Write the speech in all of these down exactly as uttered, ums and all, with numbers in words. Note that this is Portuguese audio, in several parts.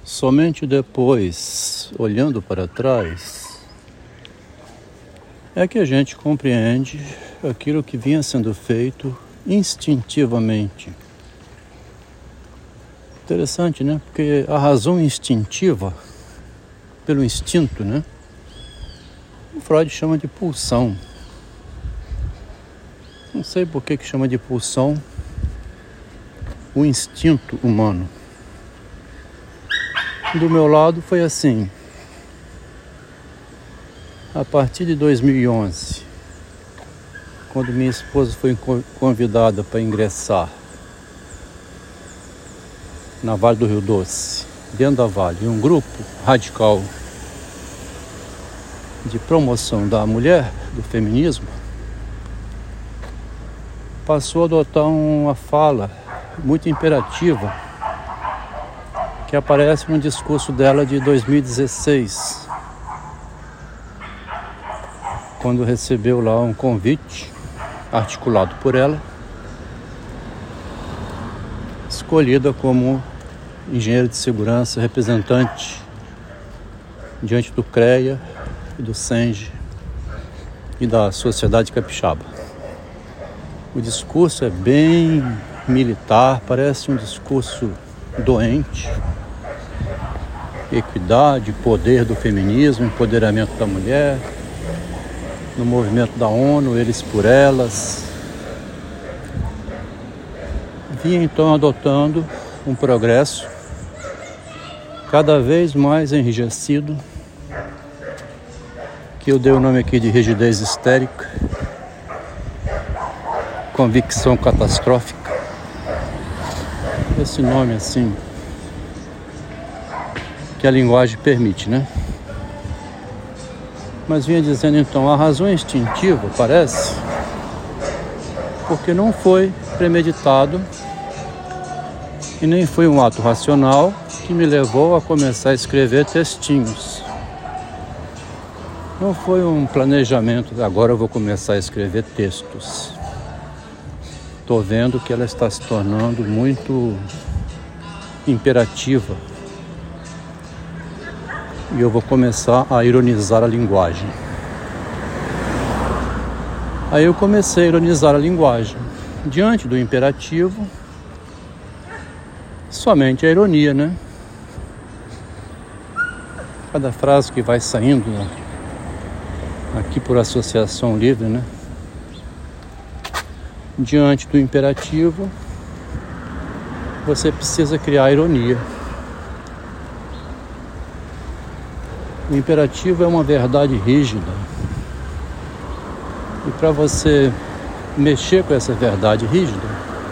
Somente depois, olhando para trás, é que a gente compreende aquilo que vinha sendo feito instintivamente. Interessante, né? Porque a razão instintiva, pelo instinto, né? O Freud chama de pulsão. Não sei por que que chama de pulsão o instinto humano. Do meu lado foi assim. A partir de dois mil e onze, quando minha esposa foi convidada para ingressar na Vale do Rio Doce, dentro da Vale, em um grupo radical de promoção da mulher, do feminismo, passou a adotar uma fala muito imperativa que aparece no discurso dela de dois mil e dezesseis, quando recebeu lá um convite articulado por ela, escolhida como engenheiro de segurança, representante diante do CREA e do SENGE e da Sociedade Capixaba. O discurso é bem militar, parece um discurso doente. Equidade, poder do feminismo, empoderamento da mulher, no movimento da ONU, eles por elas. Vinha então adotando um progresso cada vez mais enrijecido, que eu dei o nome aqui de rigidez histérica, convicção catastrófica. Esse nome assim que a linguagem permite, né? Mas vinha dizendo então, a razão instintiva, parece, porque não foi premeditado e nem foi um ato racional que me levou a começar a escrever textinhos. Não foi um planejamento, agora eu vou começar a escrever textos. Estou vendo que ela está se tornando muito imperativa. E eu vou começar a ironizar a linguagem. Aí eu comecei a ironizar a linguagem. Diante do imperativo, somente a ironia, né? Cada frase que vai saindo, né? Aqui por associação livre, né? Diante do imperativo, você precisa criar a ironia. O imperativo é uma verdade rígida. E para você mexer com essa verdade rígida,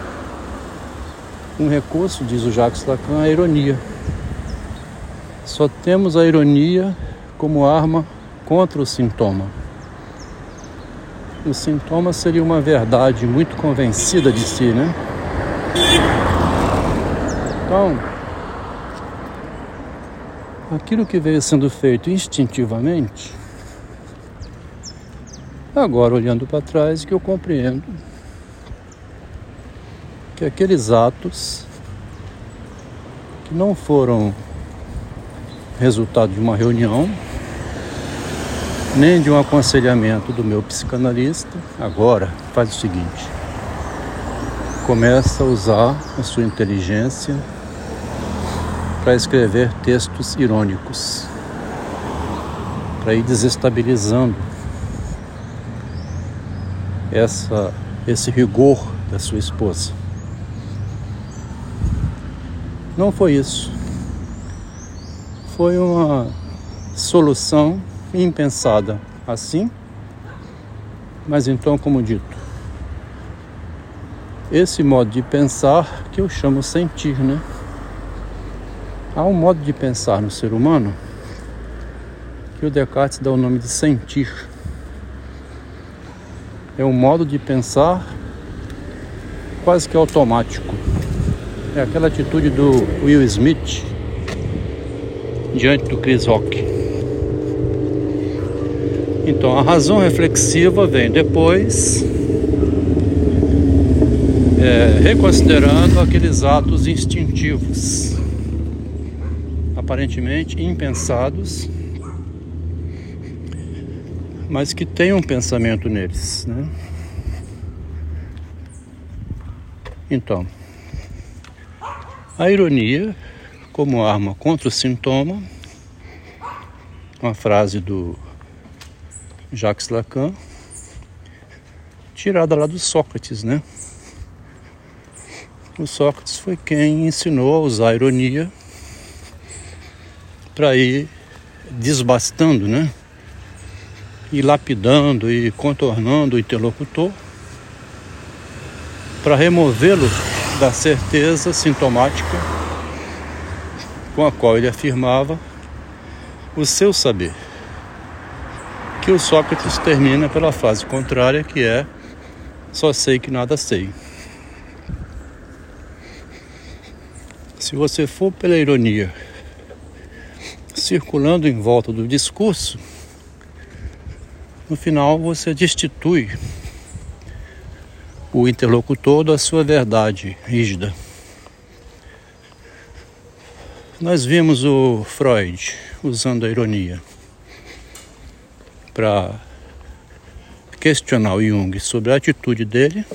um recurso, diz o Jacques Lacan, é a ironia. Só temos a ironia como arma contra o sintoma. O sintoma seria uma verdade muito convencida de si, né? Então, aquilo que veio sendo feito instintivamente, agora olhando para trás, que eu compreendo que aqueles atos que não foram resultado de uma reunião, nem de um aconselhamento do meu psicanalista, agora faz o seguinte: começa a usar a sua inteligência para escrever textos irônicos, para ir desestabilizando essa, esse rigor da sua esposa. Não foi isso. Foi uma solução impensada assim, mas então, como dito, esse modo de pensar que eu chamo sentir, né? Há um modo de pensar no ser humano que o Descartes dá o nome de sentir. É um modo de pensar quase que automático. É aquela atitude do Will Smith diante do Chris Rock. Então a razão reflexiva vem depois, é, reconsiderando aqueles atos instintivos. aparentemente impensados, mas que têm um pensamento neles, né? Então, a ironia como arma contra o sintoma, uma frase do Jacques Lacan, tirada lá do Sócrates, né? O Sócrates foi quem ensinou a usar a ironia para ir desbastando, né? E lapidando e contornando o interlocutor para removê-lo da certeza sintomática com a qual ele afirmava o seu saber, que o Sócrates termina pela frase contrária, que é: só sei que nada sei. Se você for pela ironia circulando em volta do discurso, no final você destitui o interlocutor da sua verdade rígida. Nós vimos o Freud usando a ironia para questionar o Jung sobre a atitude dele.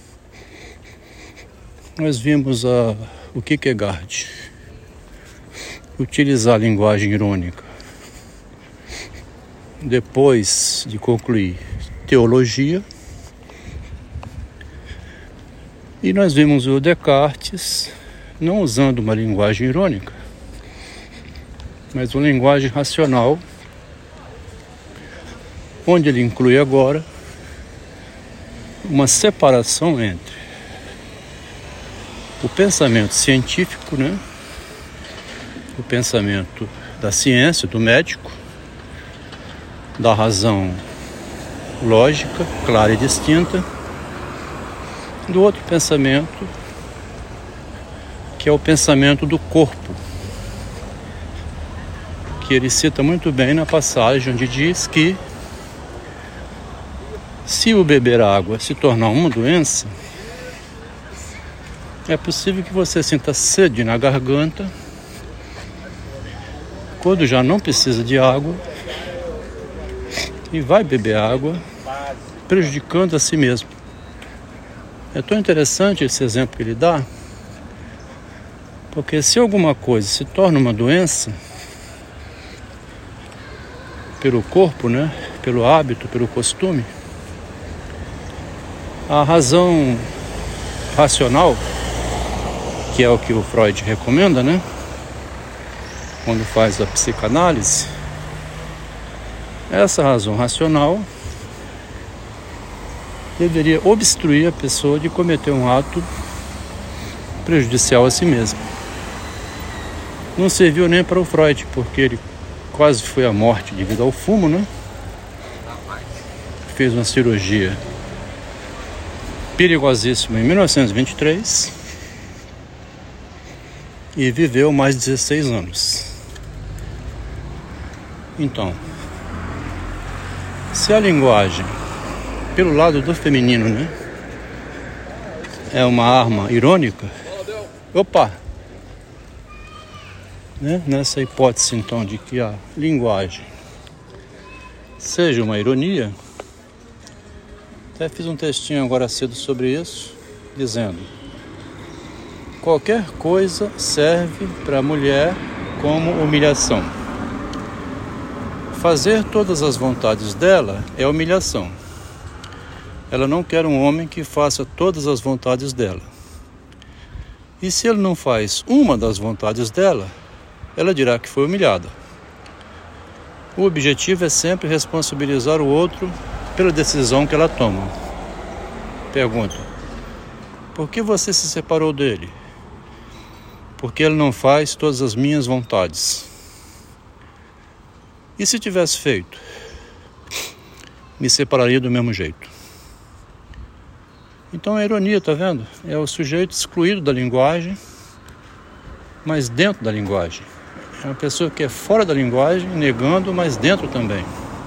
Nós vimos a, o Kierkegaard utilizar a linguagem irônica depois de concluir teologia. E nós vimos o Descartes não usando uma linguagem irônica, mas uma linguagem racional, onde ele inclui agora uma separação entre o pensamento científico, né? O pensamento da ciência, do médico, da razão lógica, clara e distinta, do outro pensamento, que é o pensamento do corpo, que ele cita muito bem na passagem onde diz que se o beber água se tornar uma doença, é possível que você sinta sede na garganta quando já não precisa de água e vai beber água, prejudicando a si mesmo. É tão interessante esse exemplo que ele dá, porque se alguma coisa se torna uma doença pelo corpo, né, pelo hábito, pelo costume, a razão racional, que é o que o Freud recomenda, né, quando faz a psicanálise, essa razão racional deveria obstruir a pessoa de cometer um ato prejudicial a si mesmo. Não serviu nem para o Freud, porque ele quase foi à morte devido ao fumo, né? Fez uma cirurgia perigosíssima em mil novecentos e vinte e três e viveu mais de dezesseis anos. Então, se a linguagem, pelo lado do feminino, né, é uma arma irônica, opa, né, nessa hipótese então de que a linguagem seja uma ironia, até fiz um textinho agora cedo sobre isso, dizendo: qualquer coisa serve para a mulher como humilhação. Fazer todas as vontades dela é humilhação. Ela não quer um homem que faça todas as vontades dela. E se ele não faz uma das vontades dela, ela dirá que foi humilhada. O objetivo é sempre responsabilizar o outro pela decisão que ela toma. Pergunta: por que você se separou dele? Porque ele não faz todas as minhas vontades. E se tivesse feito? Me separaria do mesmo jeito. Então a ironia, tá vendo? É o sujeito excluído da linguagem, mas dentro da linguagem. É uma pessoa que é fora da linguagem, negando, mas dentro também.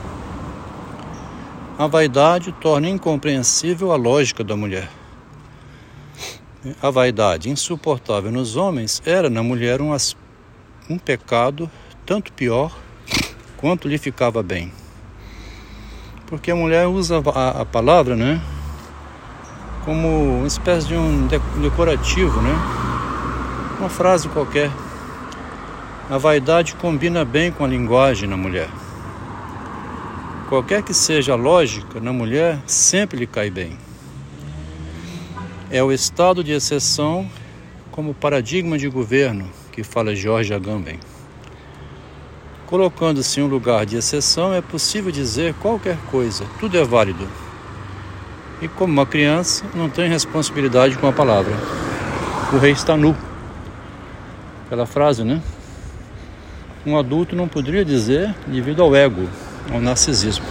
A vaidade torna incompreensível a lógica da mulher. A vaidade insuportável nos homens era na mulher um um pecado tanto pior quanto lhe ficava bem. Porque a mulher usa a, a palavra, né, como uma espécie de um decorativo, né, uma frase qualquer. A vaidade combina bem com a linguagem na mulher. Qualquer que seja a lógica na mulher, sempre lhe cai bem. É o estado de exceção como paradigma de governo que fala George Agamben. Colocando-se em um lugar de exceção, é possível dizer qualquer coisa, tudo é válido. E como uma criança, não tem responsabilidade com a palavra. O rei está nu. Aquela frase, né? Um adulto não poderia dizer devido ao ego, ao narcisismo.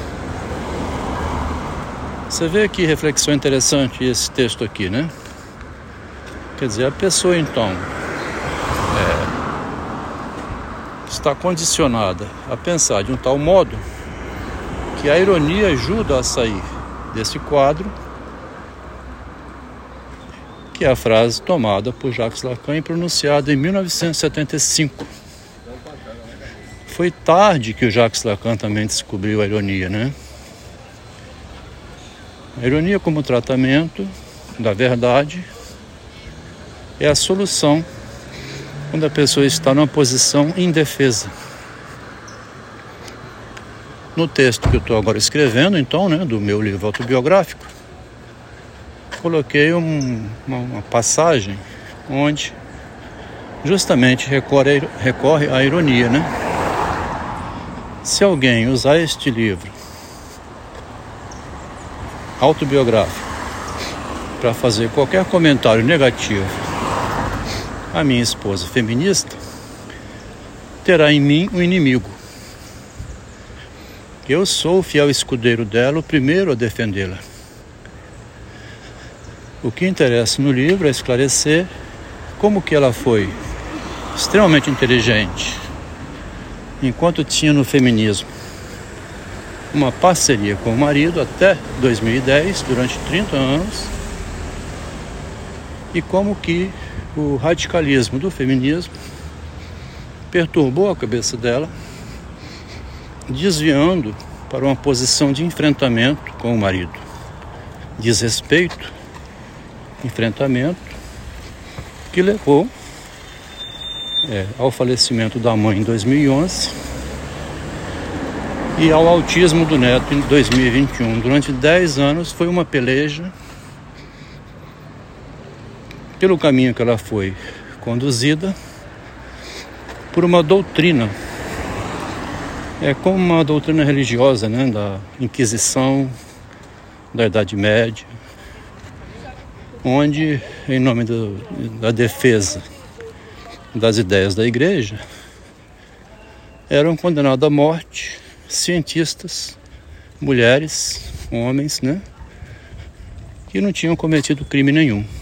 Você vê que reflexão interessante esse texto aqui, né? Quer dizer, a pessoa então é, está condicionada a pensar de um tal modo que a ironia ajuda a sair desse quadro, que é a frase tomada por Jacques Lacan e pronunciada em mil novecentos e setenta e cinco. Foi tarde que o Jacques Lacan também descobriu a ironia, né? A ironia como tratamento da verdade é a solução quando a pessoa está numa posição indefesa. No texto que eu estou agora escrevendo, então, né, do meu livro autobiográfico, coloquei um, uma, uma passagem onde justamente recorre, recorre à ironia, né? Se alguém usar este livro autobiográfico para fazer qualquer comentário negativo à minha esposa feminista, terá em mim um inimigo. Eu sou o fiel escudeiro dela, o primeiro a defendê-la. O que interessa no livro é esclarecer como que ela foi extremamente inteligente, enquanto tinha no feminismo uma parceria com o marido até dois mil e dez, durante trinta anos, e como que o radicalismo do feminismo perturbou a cabeça dela, desviando para uma posição de enfrentamento com o marido. Desrespeito, enfrentamento, que levou é, ao falecimento da mãe em dois mil e onze e ao autismo do neto em dois mil e vinte e um. Durante dez anos foi uma peleja pelo caminho que ela foi conduzida por uma doutrina, é como uma doutrina religiosa, né, da Inquisição, da Idade Média, onde, em nome do, da defesa das ideias da igreja, eram condenados à morte cientistas, mulheres, homens, né, que não tinham cometido crime nenhum.